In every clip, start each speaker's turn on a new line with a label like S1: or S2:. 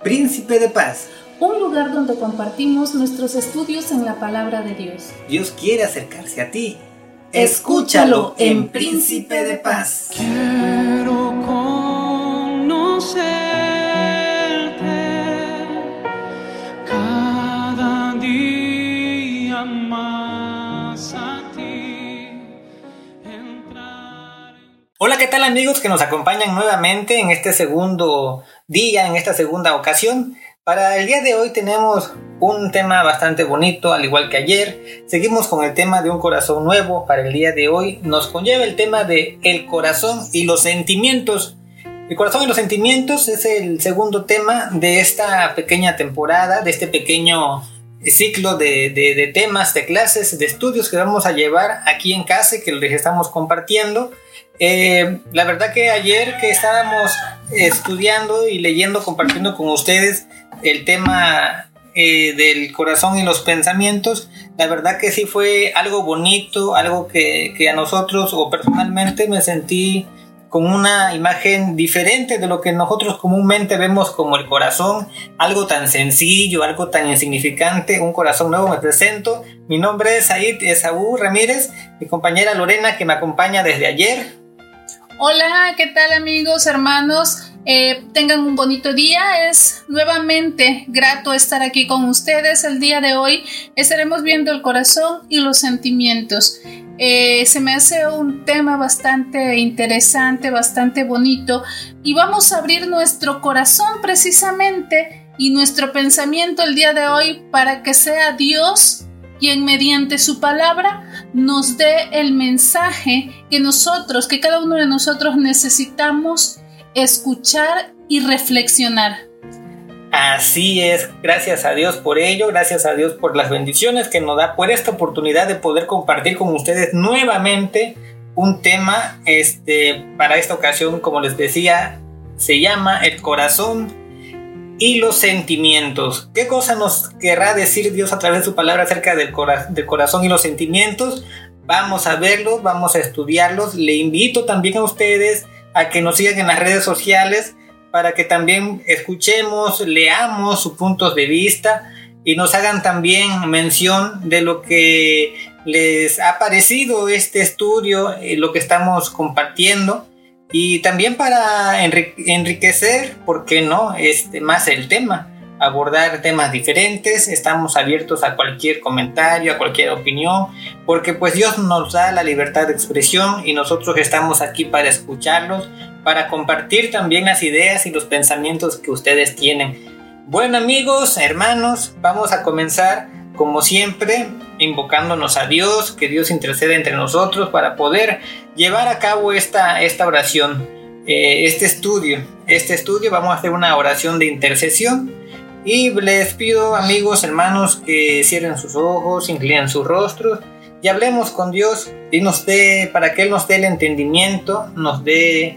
S1: Príncipe de Paz,
S2: un lugar donde compartimos nuestros estudios en la palabra de Dios.
S1: Dios quiere acercarse a ti. Escúchalo en Príncipe de Paz.
S3: Quiero conocerte cada día más a ti.
S1: Hola, ¿qué tal amigos que nos acompañan nuevamente en este segundo día, en esta segunda ocasión? Para el día de hoy tenemos un tema bastante bonito, al igual que ayer. Seguimos con el tema de un corazón nuevo. Para el día de hoy nos conlleva el tema de el corazón y los sentimientos. El corazón y los sentimientos es el segundo tema de esta pequeña temporada, de este pequeño ciclo de temas, de clases, de estudios que vamos a llevar aquí en casa y que les estamos compartiendo. La verdad que ayer que estábamos estudiando y leyendo, compartiendo con ustedes el tema del corazón y los pensamientos, la verdad que sí fue algo bonito, algo que a nosotros o personalmente me sentí con una imagen diferente de lo que nosotros comúnmente vemos como el corazón, algo tan sencillo, algo tan insignificante, un corazón nuevo. Me presento, mi nombre es Said Esaú Ramírez, mi compañera Lorena que me acompaña desde ayer.
S2: Hola, ¿qué tal amigos, hermanos? Tengan un bonito día. Es nuevamente grato estar aquí con ustedes. El día de hoy estaremos viendo el corazón y los sentimientos. Se me hace un tema bastante interesante, bastante bonito, y vamos a abrir nuestro corazón precisamente y nuestro pensamiento el día de hoy para que sea Dios quien mediante su palabra nos dé el mensaje que cada uno de nosotros necesitamos escuchar y reflexionar.
S1: Así es, gracias a Dios por ello, gracias a Dios por las bendiciones que nos da, por esta oportunidad de poder compartir con ustedes nuevamente un tema. Para esta ocasión, como les decía, se llama el corazón y los sentimientos. ¿Qué cosa nos querrá decir Dios a través de su palabra acerca del corazón y los sentimientos? Vamos a verlos, vamos a estudiarlos. Le invito también a ustedes a que nos sigan en las redes sociales para que también escuchemos, leamos sus puntos de vista y nos hagan también mención de lo que les ha parecido este estudio, lo que estamos compartiendo. Y también para enriquecer, ¿por qué no?, más el tema, abordar temas diferentes. Estamos abiertos a cualquier comentario, a cualquier opinión, porque pues Dios nos da la libertad de expresión y nosotros estamos aquí para escucharlos, para compartir también las ideas y los pensamientos que ustedes tienen. Bueno amigos, hermanos, vamos a comenzar como siempre invocándonos a Dios, que Dios interceda entre nosotros para poder llevar a cabo esta oración, este estudio. Vamos a hacer una oración de intercesión y les pido, amigos, hermanos, que cierren sus ojos, inclinen sus rostros y hablemos con Dios y para que Él nos dé el entendimiento, nos dé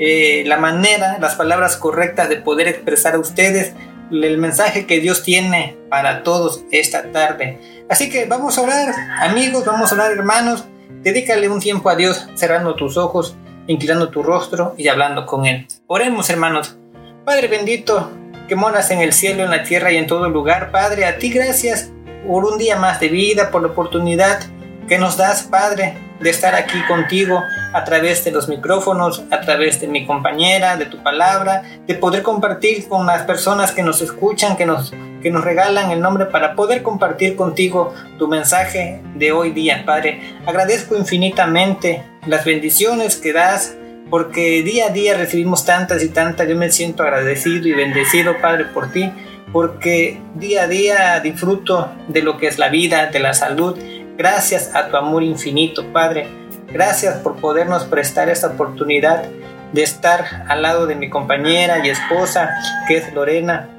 S1: la manera, las palabras correctas de poder expresar a ustedes el mensaje que Dios tiene para todos esta tarde. Así que vamos a orar, amigos, vamos a orar, hermanos. Dedícale un tiempo a Dios, cerrando tus ojos, inclinando tu rostro y hablando con Él. Oremos, hermanos. Padre bendito, que moras en el cielo, en la tierra y en todo lugar, Padre, a ti gracias por un día más de vida, por la oportunidad que nos das, Padre, de estar aquí contigo a través de los micrófonos, a través de mi compañera, de tu palabra, de poder compartir con las personas que nos escuchan, que nos regalan el nombre para poder compartir contigo tu mensaje de hoy día, Padre. Agradezco infinitamente las bendiciones que das, porque día a día recibimos tantas y tantas. Yo me siento agradecido y bendecido, Padre, por ti, porque día a día disfruto de lo que es la vida, de la salud, gracias a tu amor infinito, Padre. Gracias por podernos prestar esta oportunidad de estar al lado de mi compañera y esposa, que es Lorena,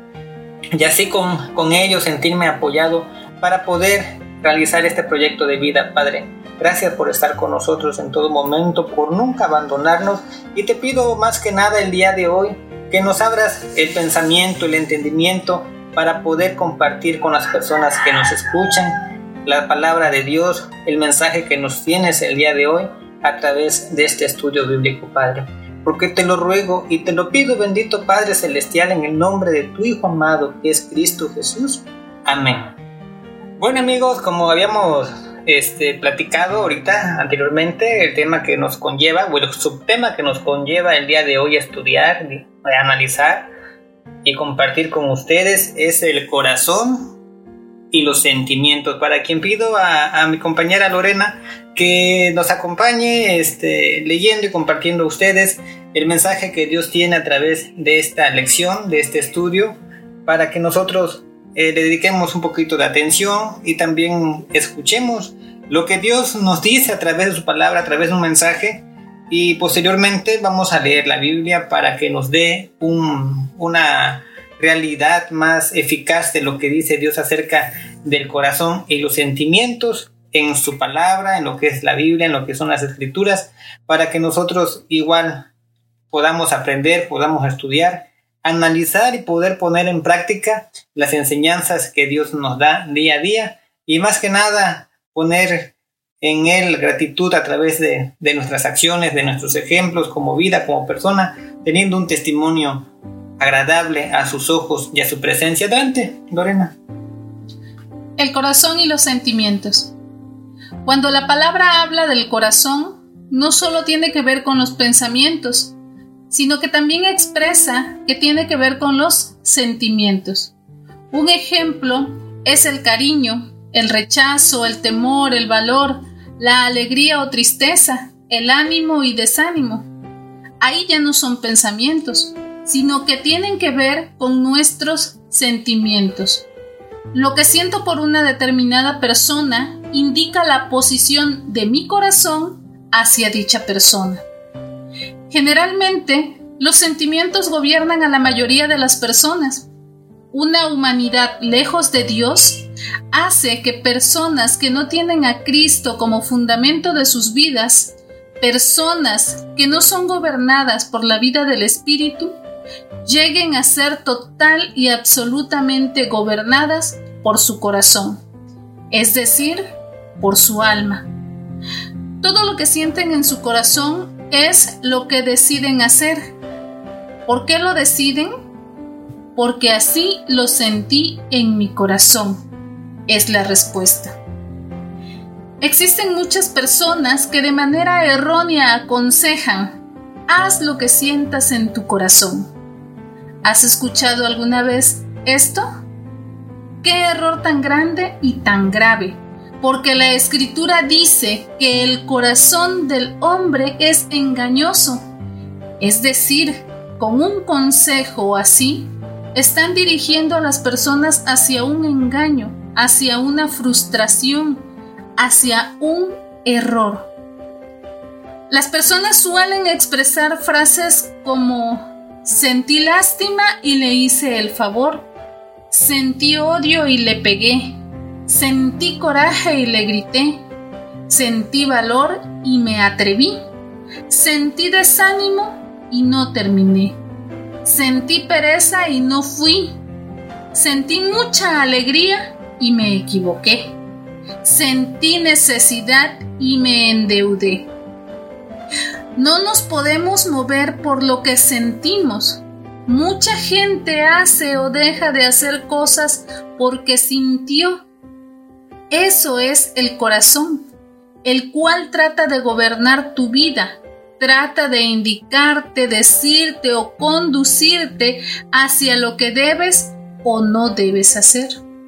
S1: y así con ellos sentirme apoyado para poder realizar este proyecto de vida, Padre. Gracias por estar con nosotros en todo momento, por nunca abandonarnos, y te pido más que nada el día de hoy que nos abras el pensamiento, el entendimiento para poder compartir con las personas que nos escuchan la palabra de Dios, el mensaje que nos tienes el día de hoy a través de este estudio bíblico, Padre. porque te lo ruego y te lo pido, bendito Padre Celestial, en el nombre de tu Hijo amado, que es Cristo Jesús. Amén. Bueno, amigos, como habíamos platicado ahorita anteriormente, el tema que nos conlleva, o el subtema que nos conlleva el día de hoy a estudiar, a analizar y compartir con ustedes es el corazón y los sentimientos. Para quien pido a mi compañera Lorena que nos acompañe leyendo y compartiendo a ustedes el mensaje que Dios tiene a través de esta lección, de este estudio, para que nosotros le dediquemos un poquito de atención y también escuchemos lo que Dios nos dice a través de su palabra, a través de un mensaje, y posteriormente vamos a leer la Biblia para que nos dé una realidad más eficaz de lo que dice Dios acerca del corazón y los sentimientos en su palabra, en lo que es la Biblia, en lo que son las Escrituras, para que nosotros igual podamos aprender, podamos estudiar, analizar y poder poner en práctica las enseñanzas que Dios nos da día a día, y más que nada poner en Él gratitud a través de nuestras acciones, de nuestros ejemplos como vida, como persona, teniendo un testimonio agradable a sus ojos y a su presencia. Adelante, Lorena.
S2: El corazón y los sentimientos. Cuando la palabra habla del corazón, no solo tiene que ver con los pensamientos, sino que también expresa que tiene que ver con los sentimientos. Un ejemplo es el cariño, el rechazo, el temor, el valor, la alegría o tristeza, el ánimo y desánimo. Ahí ya no son pensamientos, sino que tienen que ver con nuestros sentimientos. Lo que siento por una determinada persona indica la posición de mi corazón hacia dicha persona. Generalmente, los sentimientos gobiernan a la mayoría de las personas. Una humanidad lejos de Dios hace que personas que no tienen a Cristo como fundamento de sus vidas, personas que no son gobernadas por la vida del Espíritu, lleguen a ser total y absolutamente gobernadas por su corazón, es decir, por su alma. Todo lo que sienten en su corazón es lo que deciden hacer. ¿Por qué lo deciden? Porque así lo sentí en mi corazón, es la respuesta. Existen muchas personas que de manera errónea aconsejan: haz lo que sientas en tu corazón. ¿Has escuchado alguna vez esto? ¡Qué error tan grande y tan grave! Porque la Escritura dice que el corazón del hombre es engañoso. Es decir, con un consejo así, están dirigiendo a las personas hacia un engaño, hacia una frustración, hacia un error. Las personas suelen expresar frases como: sentí lástima y le hice el favor, sentí odio y le pegué, sentí coraje y le grité, sentí valor y me atreví, sentí desánimo y no terminé, sentí pereza y no fui, sentí mucha alegría y me equivoqué, sentí necesidad y me endeudé. No nos podemos mover por lo que sentimos. Mucha gente hace o deja de hacer cosas porque sintió. Eso es el corazón, el cual trata de gobernar tu vida, trata de indicarte, decirte o conducirte hacia lo que debes o no debes hacer.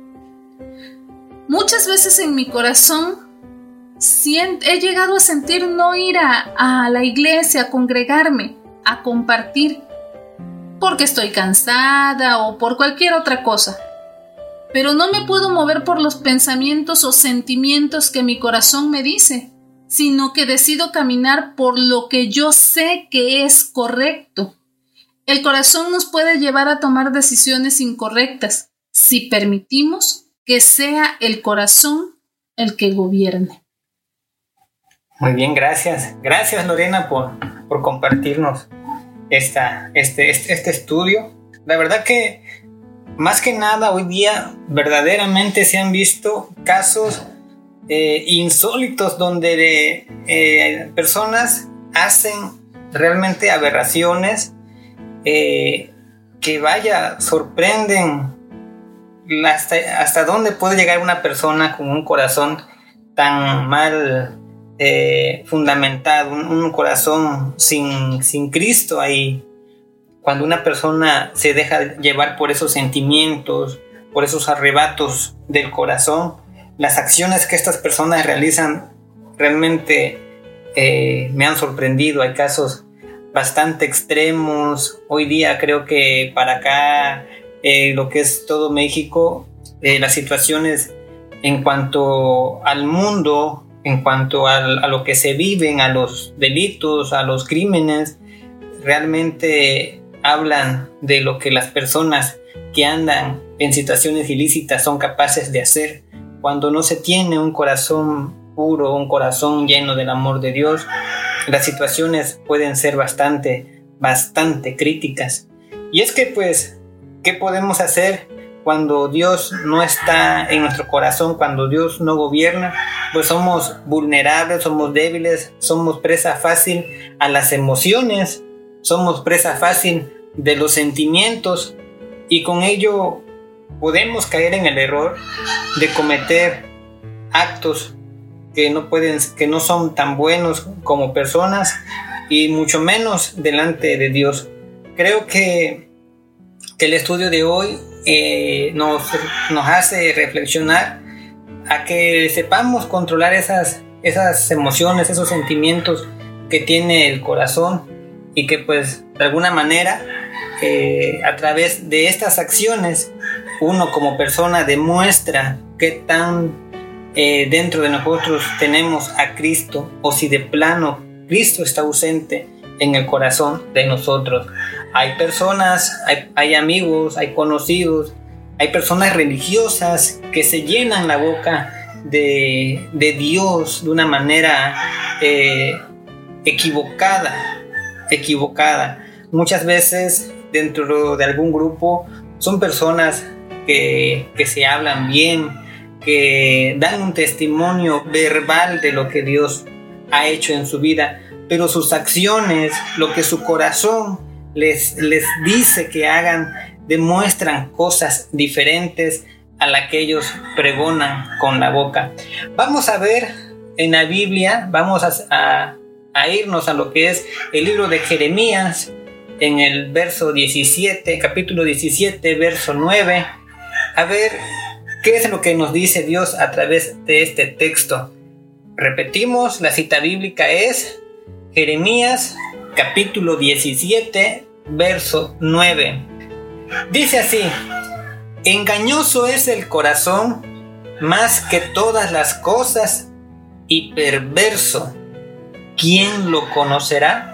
S2: Muchas veces en mi corazón he llegado a sentir no ir a la iglesia, a congregarme, a compartir, porque estoy cansada o por cualquier otra cosa. Pero no me puedo mover por los pensamientos o sentimientos que mi corazón me dice, sino que decido caminar por lo que yo sé que es correcto. El corazón nos puede llevar a tomar decisiones incorrectas si permitimos que sea el corazón el que gobierne.
S1: Muy bien, gracias. Gracias, Lorena, por compartirnos este estudio. La verdad que más que nada hoy día verdaderamente se han visto casos insólitos donde personas hacen realmente aberraciones que sorprenden hasta dónde puede llegar una persona con un corazón tan mal fundamentado, un corazón sin Cristo ahí. Cuando una persona se deja llevar por esos sentimientos, por esos arrebatos del corazón, las acciones que estas personas realizan realmente me han sorprendido. Hay casos bastante extremos. Hoy día creo que para acá, lo que es todo México, las situaciones en cuanto al mundo, en cuanto a lo que se viven, a los delitos, a los crímenes, realmente hablan de lo que las personas que andan en situaciones ilícitas son capaces de hacer cuando no se tiene un corazón puro, un corazón lleno del amor de Dios. Las situaciones pueden ser bastante críticas. Y es que pues, ¿qué podemos hacer cuando Dios no está en nuestro corazón, cuando Dios no gobierna? Pues somos vulnerables, somos débiles, somos presa fácil a las emociones, somos presa fácil de los sentimientos, y con ello podemos caer en el error de cometer actos que no son tan buenos como personas, y mucho menos delante de Dios. Creo que el estudio de hoy nos hace reflexionar a que sepamos controlar esas emociones, esos sentimientos que tiene el corazón, y que pues de alguna manera a través de estas acciones uno como persona demuestra qué tan dentro de nosotros tenemos a Cristo, o si de plano Cristo está ausente en el corazón de nosotros. Hay personas, hay amigos, hay conocidos, hay personas religiosas que se llenan la boca de Dios de una manera equivocada. Muchas veces dentro de algún grupo son personas que se hablan bien, que dan un testimonio verbal de lo que Dios ha hecho en su vida, pero sus acciones, lo que su corazón les dice que hagan, demuestran cosas diferentes a las que ellos pregonan con la boca. Vamos a ver en la Biblia, vamos a irnos a lo que es el libro de Jeremías, en el verso 17, capítulo 17, verso 9, a ver qué es lo que nos dice Dios a través de este texto. Repetimos, la cita bíblica es Jeremías, capítulo 17, verso 9. Dice así: engañoso es el corazón más que todas las cosas, y perverso, ¿quién lo conocerá?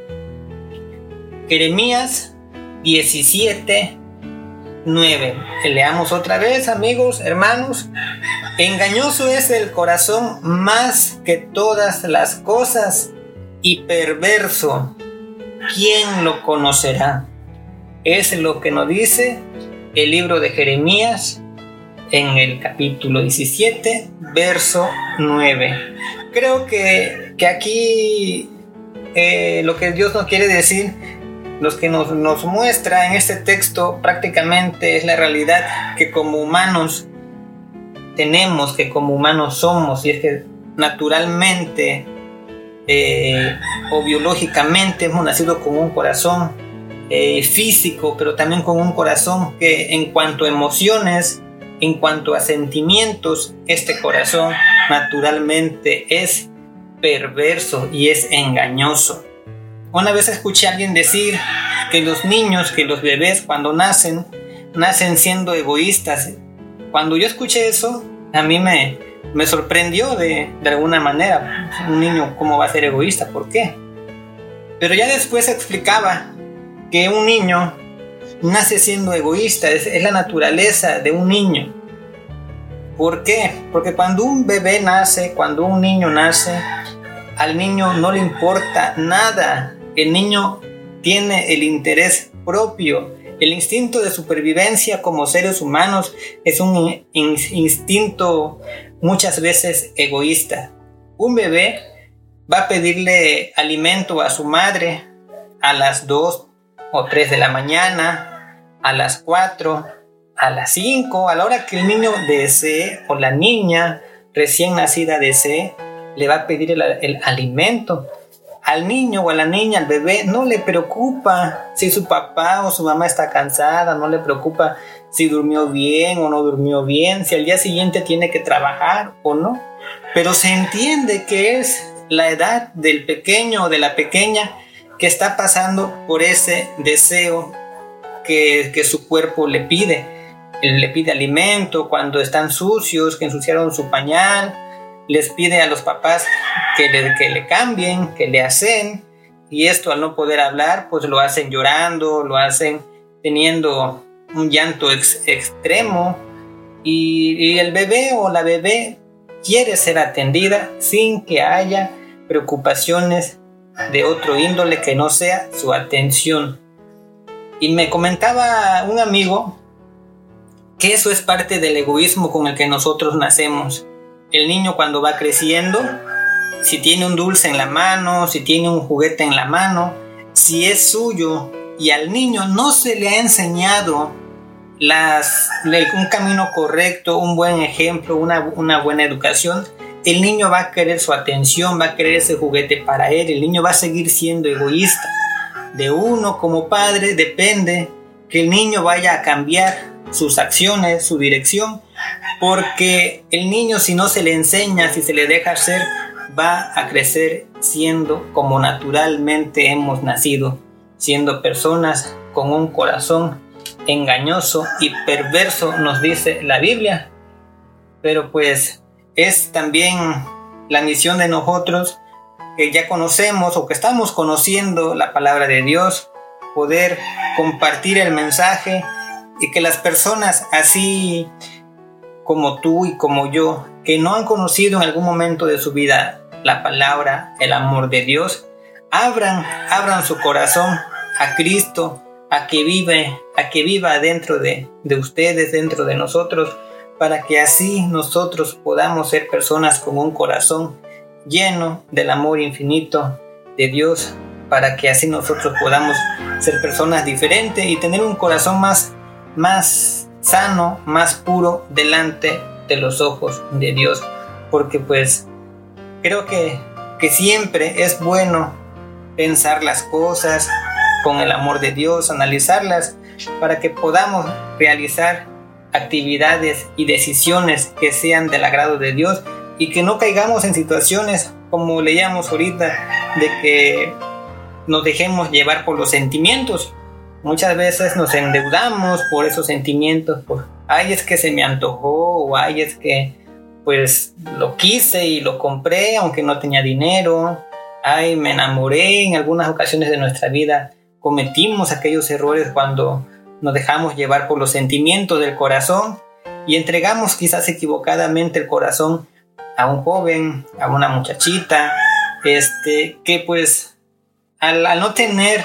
S1: Jeremías 17, 9. Leamos otra vez, amigos, hermanos. Engañoso es el corazón más que todas las cosas, y perverso, ¿quién lo conocerá? Es lo que nos dice el libro de Jeremías en el capítulo 17, verso 9. Creo que aquí lo que Dios nos quiere decir, lo que nos muestra en este texto, prácticamente es la realidad que como humanos tenemos, que como humanos somos, y es que naturalmente o biológicamente hemos nacido con un corazón físico, pero también con un corazón que en cuanto a emociones, en cuanto a sentimientos, este corazón naturalmente es perverso y es engañoso. Una vez escuché a alguien decir que los niños, que los bebés cuando nacen siendo egoístas. Cuando yo escuché eso, a mí me sorprendió de alguna manera. Un niño, ¿cómo va a ser egoísta? ¿Por qué? Pero ya después explicaba que un niño nace siendo egoísta, es la naturaleza de un niño. ¿Por qué? Porque cuando un bebé nace, cuando un niño nace, al niño no le importa nada. El niño tiene el interés propio. El instinto de supervivencia como seres humanos es un instinto muchas veces egoísta. Un bebé va a pedirle alimento a su madre a las 2 o 3 de la mañana, a las 4, a las 5, a la hora que el niño desee o la niña recién nacida desee, le va a pedir el alimento. Al niño o a la niña, al bebé, no le preocupa si su papá o su mamá está cansada, no le preocupa si durmió bien o no durmió bien, si al día siguiente tiene que trabajar o no. Pero se entiende que es la edad del pequeño o de la pequeña que está pasando por ese deseo que su cuerpo le pide. Él le pide alimento cuando están sucios, que ensuciaron su pañal, les pide a los papás que le cambien, que le hacen, y esto al no poder hablar, pues lo hacen llorando, lo hacen teniendo un llanto extremo, y el bebé o la bebé quiere ser atendida sin que haya preocupaciones de otro índole que no sea su atención. Y me comentaba un amigo que eso es parte del egoísmo con el que nosotros nacemos. El niño cuando va creciendo, si tiene un dulce en la mano, si tiene un juguete en la mano, si es suyo y al niño no se le ha enseñado un camino correcto, un buen ejemplo, una buena educación, el niño va a querer su atención, va a querer ese juguete para él, el niño va a seguir siendo egoísta. De uno como padre depende que el niño vaya a cambiar sus acciones, su dirección, porque el niño, si no se le enseña, si se le deja ser, va a crecer siendo como naturalmente hemos nacido, siendo personas con un corazón engañoso y perverso, nos dice la Biblia. Pero pues es también la misión de nosotros, que ya conocemos o que estamos conociendo la palabra de Dios, poder compartir el mensaje y que las personas así como tú y como yo, que no han conocido en algún momento de su vida la palabra, el amor de Dios, abran su corazón a Cristo, a que viva dentro de ustedes, dentro de nosotros, para que así nosotros podamos ser personas con un corazón lleno del amor infinito de Dios, para que así nosotros podamos ser personas diferentes y tener un corazón más sano, más puro delante de los ojos de Dios. Porque pues creo que siempre es bueno pensar las cosas con el amor de Dios, analizarlas, para que podamos realizar actividades y decisiones que sean del agrado de Dios y que no caigamos en situaciones como leíamos ahorita, de que nos dejemos llevar por los sentimientos. Muchas veces nos endeudamos por esos sentimientos, ay, es que se me antojó, o ay, es que pues lo quise y lo compré aunque no tenía dinero, ay, me enamoré. En algunas ocasiones de nuestra vida cometimos aquellos errores cuando nos dejamos llevar por los sentimientos del corazón y entregamos quizás equivocadamente el corazón a un joven, a una muchachita, que pues al no tener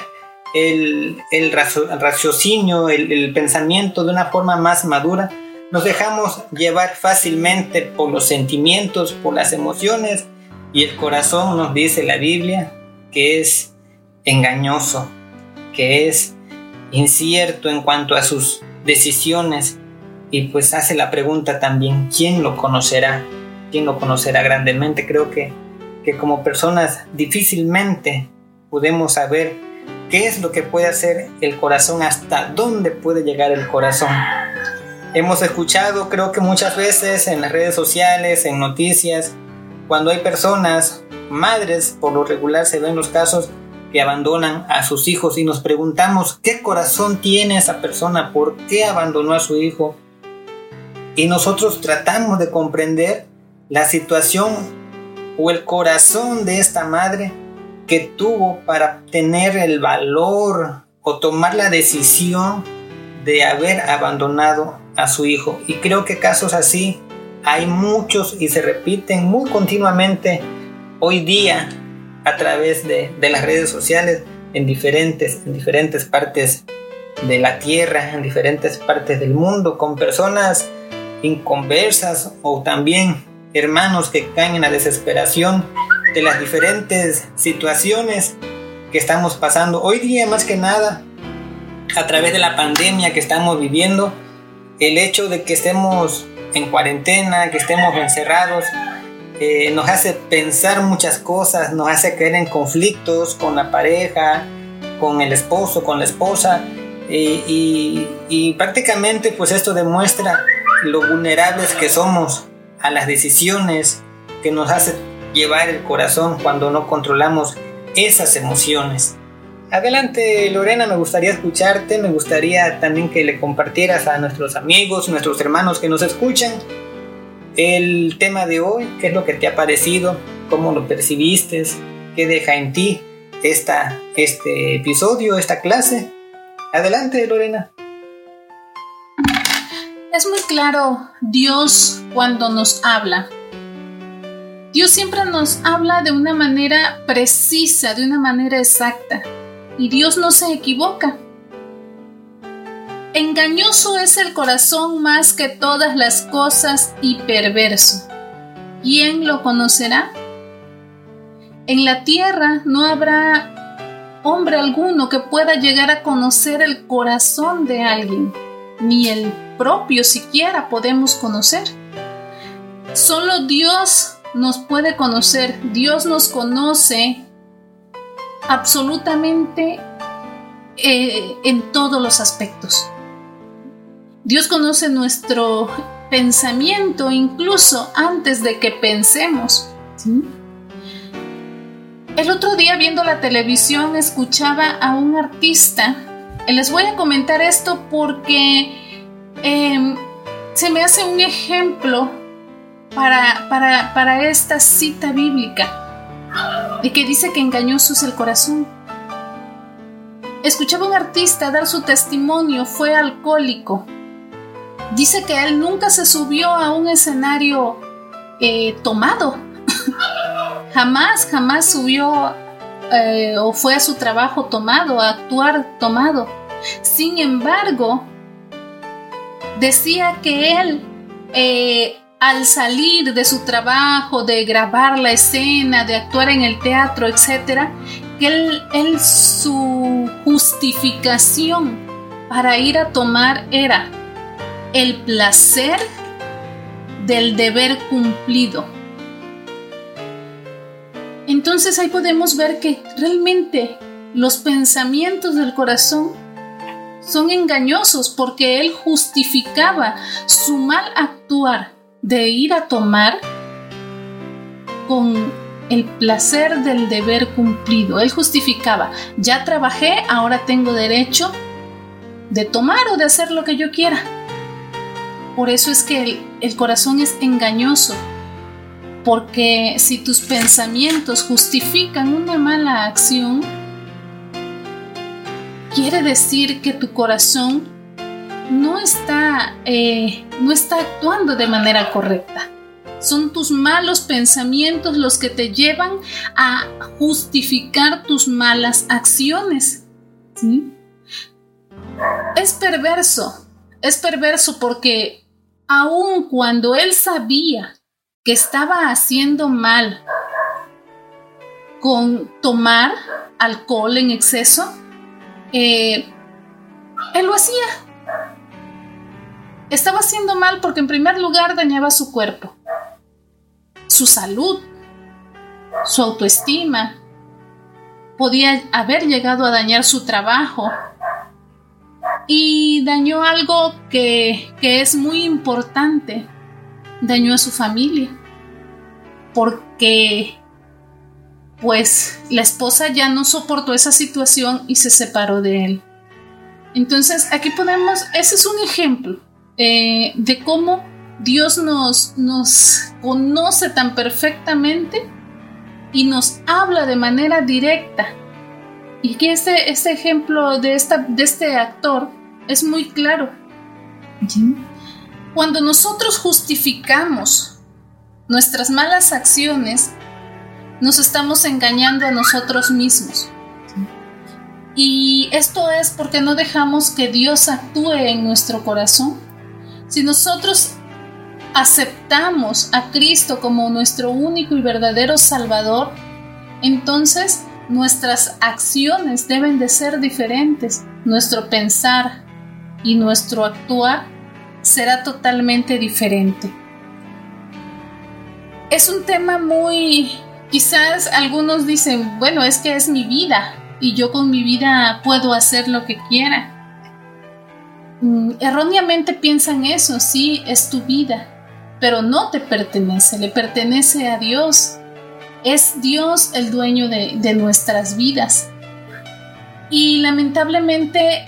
S1: el raciocinio, el pensamiento de una forma más madura, nos dejamos llevar fácilmente por los sentimientos, por las emociones, y el corazón, nos dice la Biblia, que es engañoso, que es incierto en cuanto a sus decisiones, y pues hace la pregunta también, ¿quién lo conocerá? ¿Quién lo conocerá grandemente? Creo que como personas difícilmente podemos saber qué es lo que puede hacer el corazón, hasta dónde puede llegar el corazón. Hemos escuchado, creo que muchas veces en las redes sociales, en noticias, cuando hay personas, madres, por lo regular se ven los casos que abandonan a sus hijos, y nos preguntamos qué corazón tiene esa persona, por qué abandonó a su hijo, y nosotros tratamos de comprender la situación o el corazón de esta madre que tuvo para tener el valor o tomar la decisión de haber abandonado a su hijo. Y creo que casos así hay muchos y se repiten muy continuamente hoy día a través de las redes sociales en diferentes partes de la tierra, en diferentes partes del mundo, con personas inconversas o también hermanos que caen en la desesperación de las diferentes situaciones que estamos pasando. Hoy día, más que nada, a través de la pandemia que estamos viviendo, el hecho de que estemos en cuarentena, que estemos encerrados, nos hace pensar muchas cosas, nos hace caer en conflictos con la pareja, con el esposo, con la esposa, y prácticamente pues esto demuestra lo vulnerables que somos a las decisiones que nos hace llevar el corazón cuando no controlamos esas emociones. Adelante, Lorena, me gustaría escucharte, me gustaría también que le compartieras a nuestros amigos, nuestros hermanos que nos escuchan el tema de hoy, qué es lo que te ha parecido, cómo lo percibiste, qué deja en ti este episodio, esta clase. Adelante, Lorena.
S2: Es muy claro Dios cuando nos habla. Dios siempre nos habla de una manera precisa, de una manera exacta. Y Dios no se equivoca. Engañoso es el corazón más que todas las cosas y perverso. ¿Quién lo conocerá? En la tierra no habrá hombre alguno que pueda llegar a conocer el corazón de alguien, ni el propio siquiera podemos conocer. Solo Dios nos puede conocer. Dios nos conoce absolutamente en todos los aspectos. Dios conoce nuestro pensamiento incluso antes de que pensemos, ¿sí? El otro día, viendo la televisión, escuchaba a un artista. Les voy a comentar esto porque se me hace un ejemplo para esta cita bíblica de que dice que engañoso es el corazón. Escuchaba a un artista dar su testimonio, fue alcohólico. Dice que él nunca se subió a un escenario tomado. Jamás subió o fue a su trabajo tomado, a actuar tomado. Sin embargo, decía que él, al salir de su trabajo, de grabar la escena, de actuar en el teatro, etc., que él su justificación para ir a tomar era el placer del deber cumplido. Entonces ahí podemos ver que realmente los pensamientos del corazón son engañosos, porque él justificaba su mal actuar de ir a tomar con el placer del deber cumplido. Él justificaba: ya trabajé, ahora tengo derecho de tomar o de hacer lo que yo quiera. Por eso es que el corazón es engañoso, porque si tus pensamientos justifican una mala acción, quiere decir que tu corazón no está actuando de manera correcta. Son tus malos pensamientos los que te llevan a justificar tus malas acciones, ¿sí? Es perverso porque aun cuando él sabía que estaba haciendo mal con tomar alcohol en exceso, él lo hacía. Estaba haciendo mal porque en primer lugar dañaba su cuerpo, su salud, su autoestima. Podía haber llegado a dañar su trabajo y dañó algo que es muy importante. Dañó a su familia, porque pues la esposa ya no soportó esa situación y se separó de él. Entonces aquí ese es un ejemplo de cómo Dios nos conoce tan perfectamente y nos habla de manera directa. Y aquí este ejemplo de este actor es muy claro. ¿Sí? Cuando nosotros justificamos nuestras malas acciones, nos estamos engañando a nosotros mismos. Y esto es porque no dejamos que Dios actúe en nuestro corazón. Si nosotros aceptamos a Cristo como nuestro único y verdadero Salvador, entonces nuestras acciones deben de ser diferentes. Nuestro pensar y nuestro actuar será totalmente diferente. Es un tema quizás algunos dicen, bueno, es que es mi vida y yo con mi vida puedo hacer lo que quiera. Erróneamente piensan eso, sí, es tu vida, pero no te pertenece, le pertenece a Dios. Es Dios el dueño de nuestras vidas. Y lamentablemente,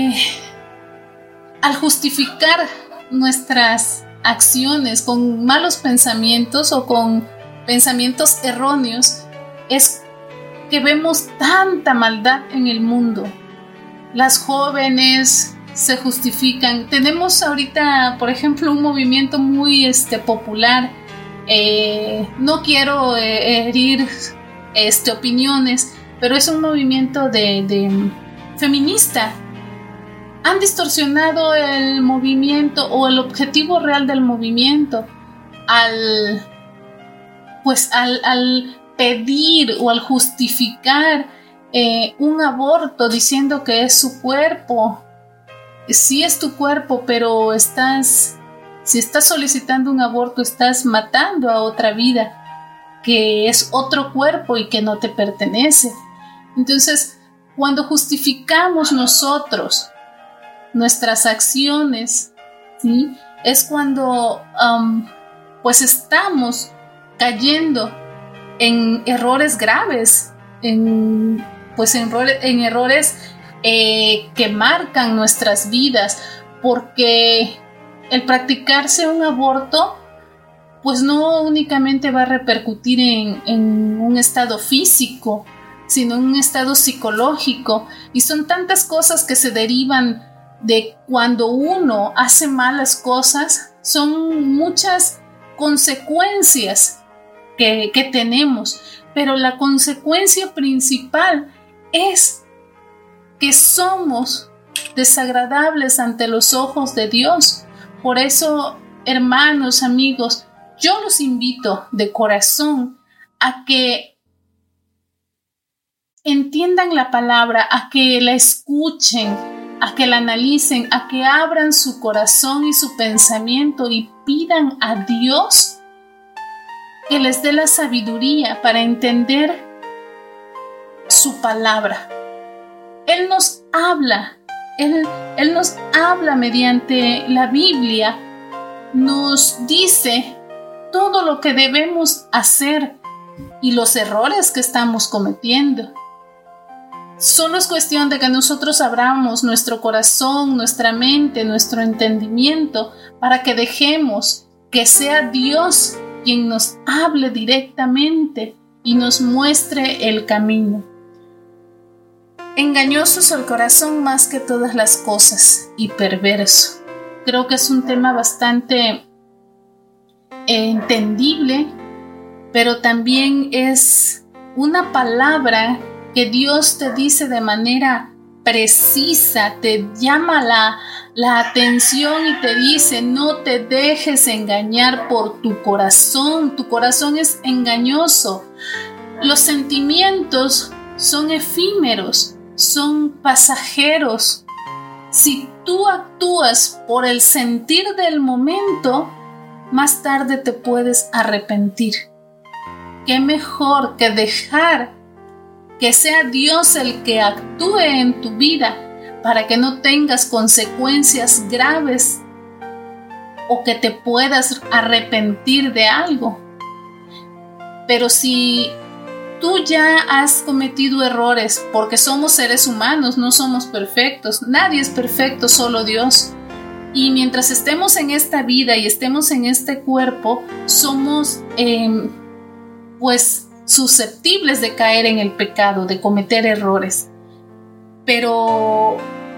S2: al justificar nuestras acciones con malos pensamientos o con pensamientos erróneos, es que vemos tanta maldad en el mundo. Las jóvenes se justifican. Tenemos ahorita, por ejemplo, un movimiento muy popular. No quiero herir opiniones, pero es un movimiento de feminista. Han distorsionado el movimiento o el objetivo real del movimiento al pedir o al justificar un aborto diciendo que es su cuerpo. Sí es tu cuerpo, pero si estás solicitando un aborto, estás matando a otra vida que es otro cuerpo y que no te pertenece. Entonces, cuando justificamos nosotros nuestras acciones, ¿sí?, es cuando estamos cayendo en errores graves, en errores que marcan nuestras vidas, porque el practicarse un aborto pues no únicamente va a repercutir en un estado físico, sino en un estado psicológico, y son tantas cosas que se derivan de cuando uno hace malas cosas. Son muchas consecuencias que tenemos, pero la consecuencia principal es que somos desagradables ante los ojos de Dios. Por eso, hermanos, amigos, yo los invito de corazón a que entiendan la palabra, a que la escuchen, a que la analicen, a que abran su corazón y su pensamiento y pidan a Dios que les dé la sabiduría para entender su palabra. Él nos habla, Él nos habla mediante la Biblia, nos dice todo lo que debemos hacer y los errores que estamos cometiendo. Solo es cuestión de que nosotros abramos nuestro corazón, nuestra mente, nuestro entendimiento, para que dejemos que sea Dios quien nos hable directamente y nos muestre el camino. Engañoso es el corazón más que todas las cosas y perverso. Creo que es un tema bastante entendible, pero también es una palabra que Dios te dice de manera precisa, te llama la atención y te dice: no te dejes engañar por tu corazón es engañoso. Los sentimientos son efímeros, son pasajeros. Si tú actúas por el sentir del momento, más tarde te puedes arrepentir. ¿Qué mejor que dejar que sea Dios el que actúe en tu vida para que no tengas consecuencias graves o que te puedas arrepentir de algo? Pero si tú ya has cometido errores, porque somos seres humanos, no somos perfectos, nadie es perfecto, solo Dios. Y mientras estemos en esta vida y estemos en este cuerpo, somos susceptibles de caer en el pecado, de cometer errores. Pero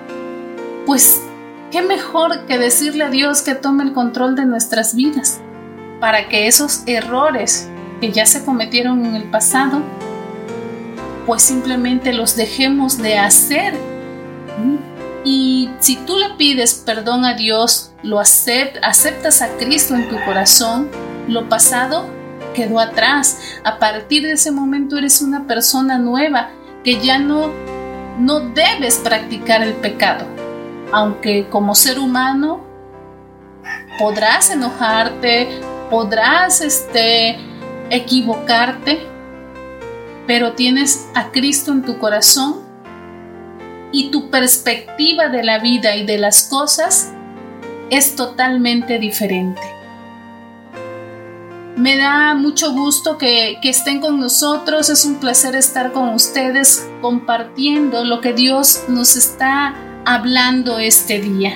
S2: qué mejor que decirle a Dios que tome el control de nuestras vidas, para que esos errores que ya se cometieron en el pasado, pues simplemente los dejemos de hacer Y si tú le pides perdón a Dios, lo aceptas a Cristo en tu corazón, lo pasado quedó atrás. A partir de ese momento eres una persona nueva que ya no debes practicar el pecado. Aunque como ser humano podrás enojarte, podrás equivocarte, pero tienes a Cristo en tu corazón y tu perspectiva de la vida y de las cosas es totalmente diferente. Me da mucho gusto que estén con nosotros. Es un placer estar con ustedes compartiendo lo que Dios nos está hablando este día.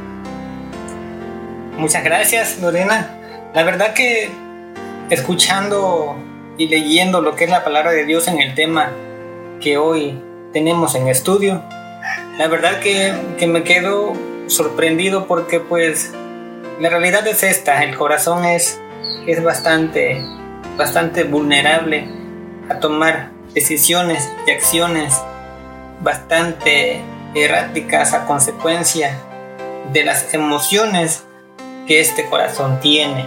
S1: Muchas gracias, Lorena. La verdad que escuchando y leyendo lo que es la palabra de Dios en el tema que hoy tenemos en estudio, la verdad que me quedo sorprendido porque pues la realidad es esta: el corazón es bastante vulnerable a tomar decisiones y acciones bastante erráticas a consecuencia de las emociones que este corazón tiene.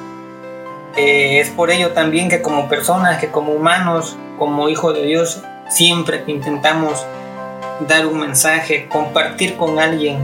S1: Es por ello también que como personas, que como humanos, como hijos de Dios, siempre que intentamos dar un mensaje, compartir con alguien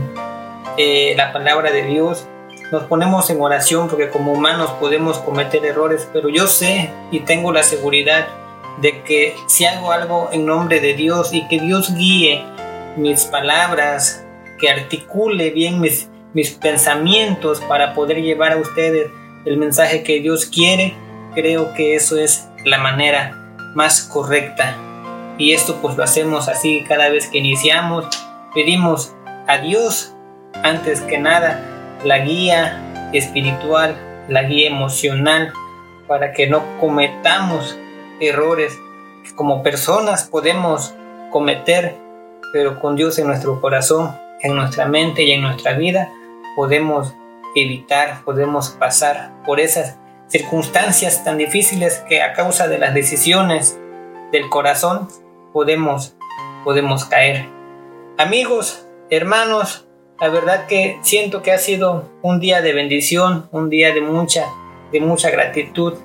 S1: la palabra de Dios, nos ponemos en oración porque como humanos podemos cometer errores, pero yo sé y tengo la seguridad de que si hago algo en nombre de Dios y que Dios guíe mis palabras, que articule bien mis pensamientos para poder llevar a ustedes el mensaje que Dios quiere, creo que eso es la manera más correcta. Y esto pues lo hacemos así cada vez que iniciamos. Pedimos a Dios antes que nada la guía espiritual, la guía emocional, para que no cometamos errores que como personas podemos cometer, pero con Dios en nuestro corazón, en nuestra mente y en nuestra vida podemos evitar, podemos pasar por esas circunstancias tan difíciles que a causa de las decisiones del corazón podemos caer. Amigos, hermanos, la verdad que siento que ha sido un día de bendición, un día de mucha gratitud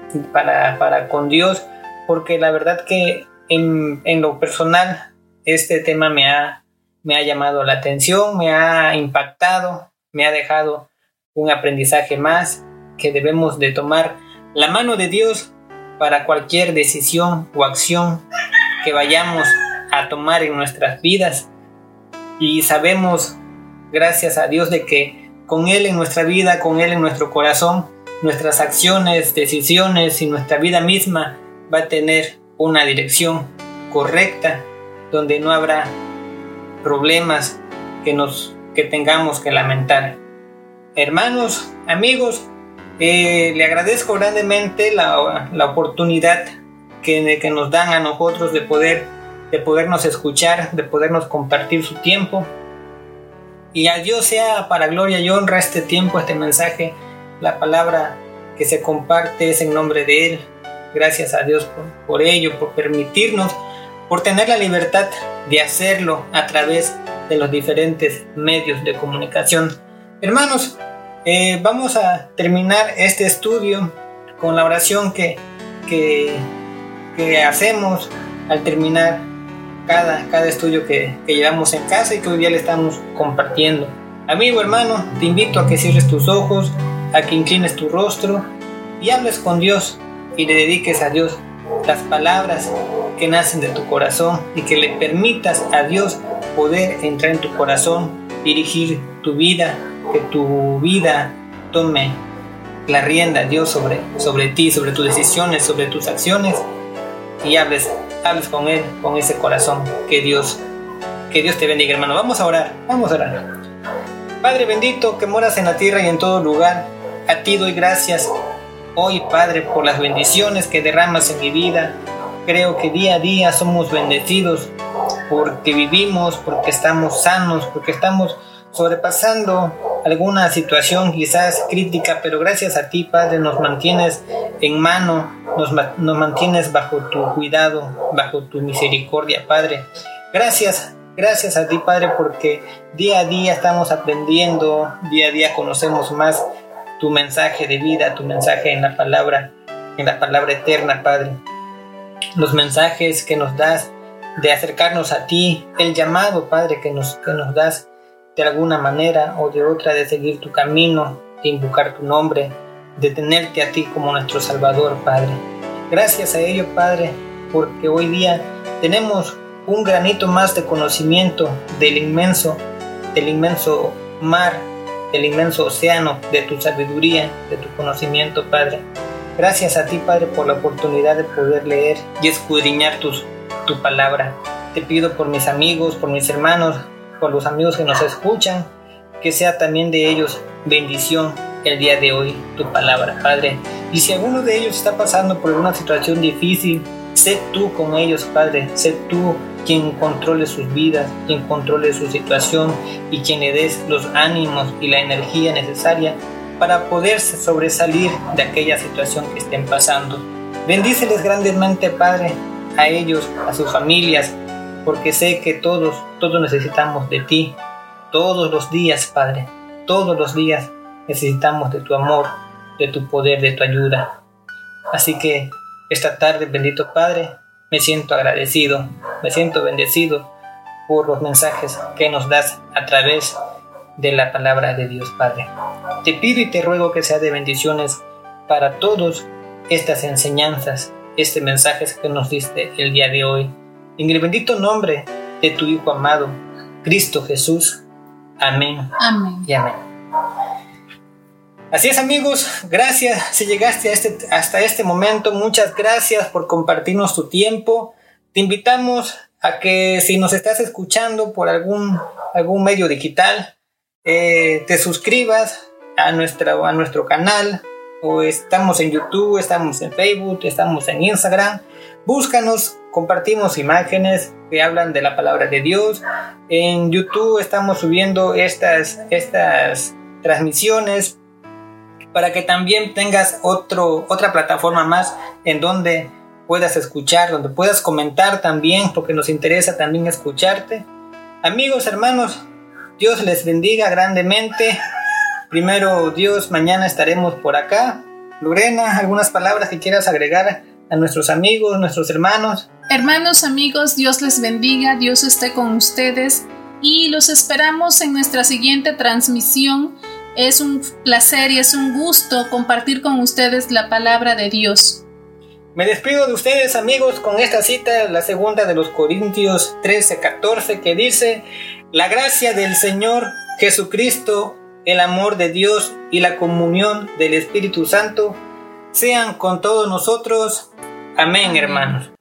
S1: para con Dios, porque la verdad que en lo personal este tema me ha llamado la atención, me ha impactado, me ha dejado un aprendizaje más, que debemos de tomar la mano de Dios para cualquier decisión o acción que vayamos a tomar en nuestras vidas. Y sabemos, gracias a Dios, de que con Él en nuestra vida, con Él en nuestro corazón, nuestras acciones, decisiones y nuestra vida misma va a tener una dirección correcta, donde no habrá problemas que tengamos que lamentar. Hermanos, amigos, le agradezco grandemente la oportunidad que nos dan a nosotros de podernos escuchar, de podernos compartir su tiempo. Y a Dios sea para gloria y honra este tiempo, este mensaje, la palabra que se comparte es en nombre de Él. Gracias a Dios por ello, por permitirnos, por tener la libertad de hacerlo a través de los diferentes medios de comunicación. Hermanos, vamos a terminar este estudio con la oración que hacemos al terminar cada estudio que llevamos en casa y que hoy día le estamos compartiendo. Amigo, hermano, te invito a que cierres tus ojos, a que inclines tu rostro y hables con Dios y le dediques a Dios las palabras que nacen de tu corazón y que le permitas a Dios poder entrar en tu corazón, dirigir tu vida, que tu vida tome la rienda, Dios, sobre ti, sobre tus decisiones, sobre tus acciones, y hables con Él, con ese corazón. Que Dios te bendiga, hermano. Vamos a orar. Padre bendito, que moras en la tierra y en todo lugar, a ti doy gracias hoy, Padre, por las bendiciones que derramas en mi vida. Creo que día a día somos bendecidos porque vivimos, porque estamos sanos, porque estamos sobrepasando alguna situación quizás crítica, pero gracias a ti, Padre, nos mantienes en mano, nos mantienes bajo tu cuidado, bajo tu misericordia, Padre. Gracias Gracias a ti, Padre, porque día a día estamos aprendiendo, día a día conocemos más tu mensaje de vida, tu mensaje en la palabra eterna, Padre. Los mensajes que nos das de acercarnos a ti, el llamado, Padre, que nos das de alguna manera o de otra de seguir tu camino, de invocar tu nombre, de tenerte a ti como nuestro Salvador, Padre. Gracias a ello, Padre, porque hoy día tenemos un granito más de conocimiento del inmenso mar, del inmenso océano, de tu sabiduría, de tu conocimiento, Padre. Gracias a ti, Padre, por la oportunidad de poder leer y escudriñar tu palabra. Te pido por mis amigos, por mis hermanos, por los amigos que nos escuchan, que sea también de ellos bendición el día de hoy tu palabra, Padre. Y si alguno de ellos está pasando por una situación difícil, sé tú con ellos, Padre. Sé tú quien controle sus vidas, quien controle su situación y quien le des los ánimos y la energía necesaria para poder sobresalir de aquella situación que estén pasando. Bendíceles grandemente, Padre, a ellos, a sus familias, porque sé que todos necesitamos de ti. Todos los días, Padre, todos los días necesitamos de tu amor, de tu poder, de tu ayuda. Así que esta tarde, bendito Padre, me siento agradecido, me siento bendecido por los mensajes que nos das a través de la palabra de Dios, Padre. Te pido y te ruego que sea de bendiciones para todos estas enseñanzas, este mensaje que nos diste el día de hoy. En el bendito nombre de tu Hijo amado, Cristo Jesús. Amén.
S2: Amén.
S1: Y amén. Así es, amigos, gracias si llegaste hasta este momento, muchas gracias por compartirnos tu tiempo. Te invitamos a que si nos estás escuchando por algún medio digital, te suscribas a nuestro canal, o estamos en YouTube, estamos en Facebook, estamos en Instagram. Búscanos, compartimos imágenes que hablan de la palabra de Dios. En YouTube estamos subiendo estas transmisiones para que también tengas otra plataforma más en donde puedas escuchar, donde puedas comentar también, porque nos interesa también escucharte. Amigos, hermanos, Dios les bendiga grandemente. Primero Dios, mañana estaremos por acá. Lorena, ¿algunas palabras que quieras agregar a nuestros amigos, nuestros hermanos?
S2: Hermanos, amigos, Dios les bendiga, Dios esté con ustedes y los esperamos en nuestra siguiente transmisión. Es un placer y es un gusto compartir con ustedes la palabra de Dios.
S1: Me despido de ustedes, amigos, con esta cita, la segunda de los Corintios 13:14, que dice: la gracia del Señor Jesucristo, el amor de Dios y la comunión del Espíritu Santo sean con todos nosotros. Amén, hermanos.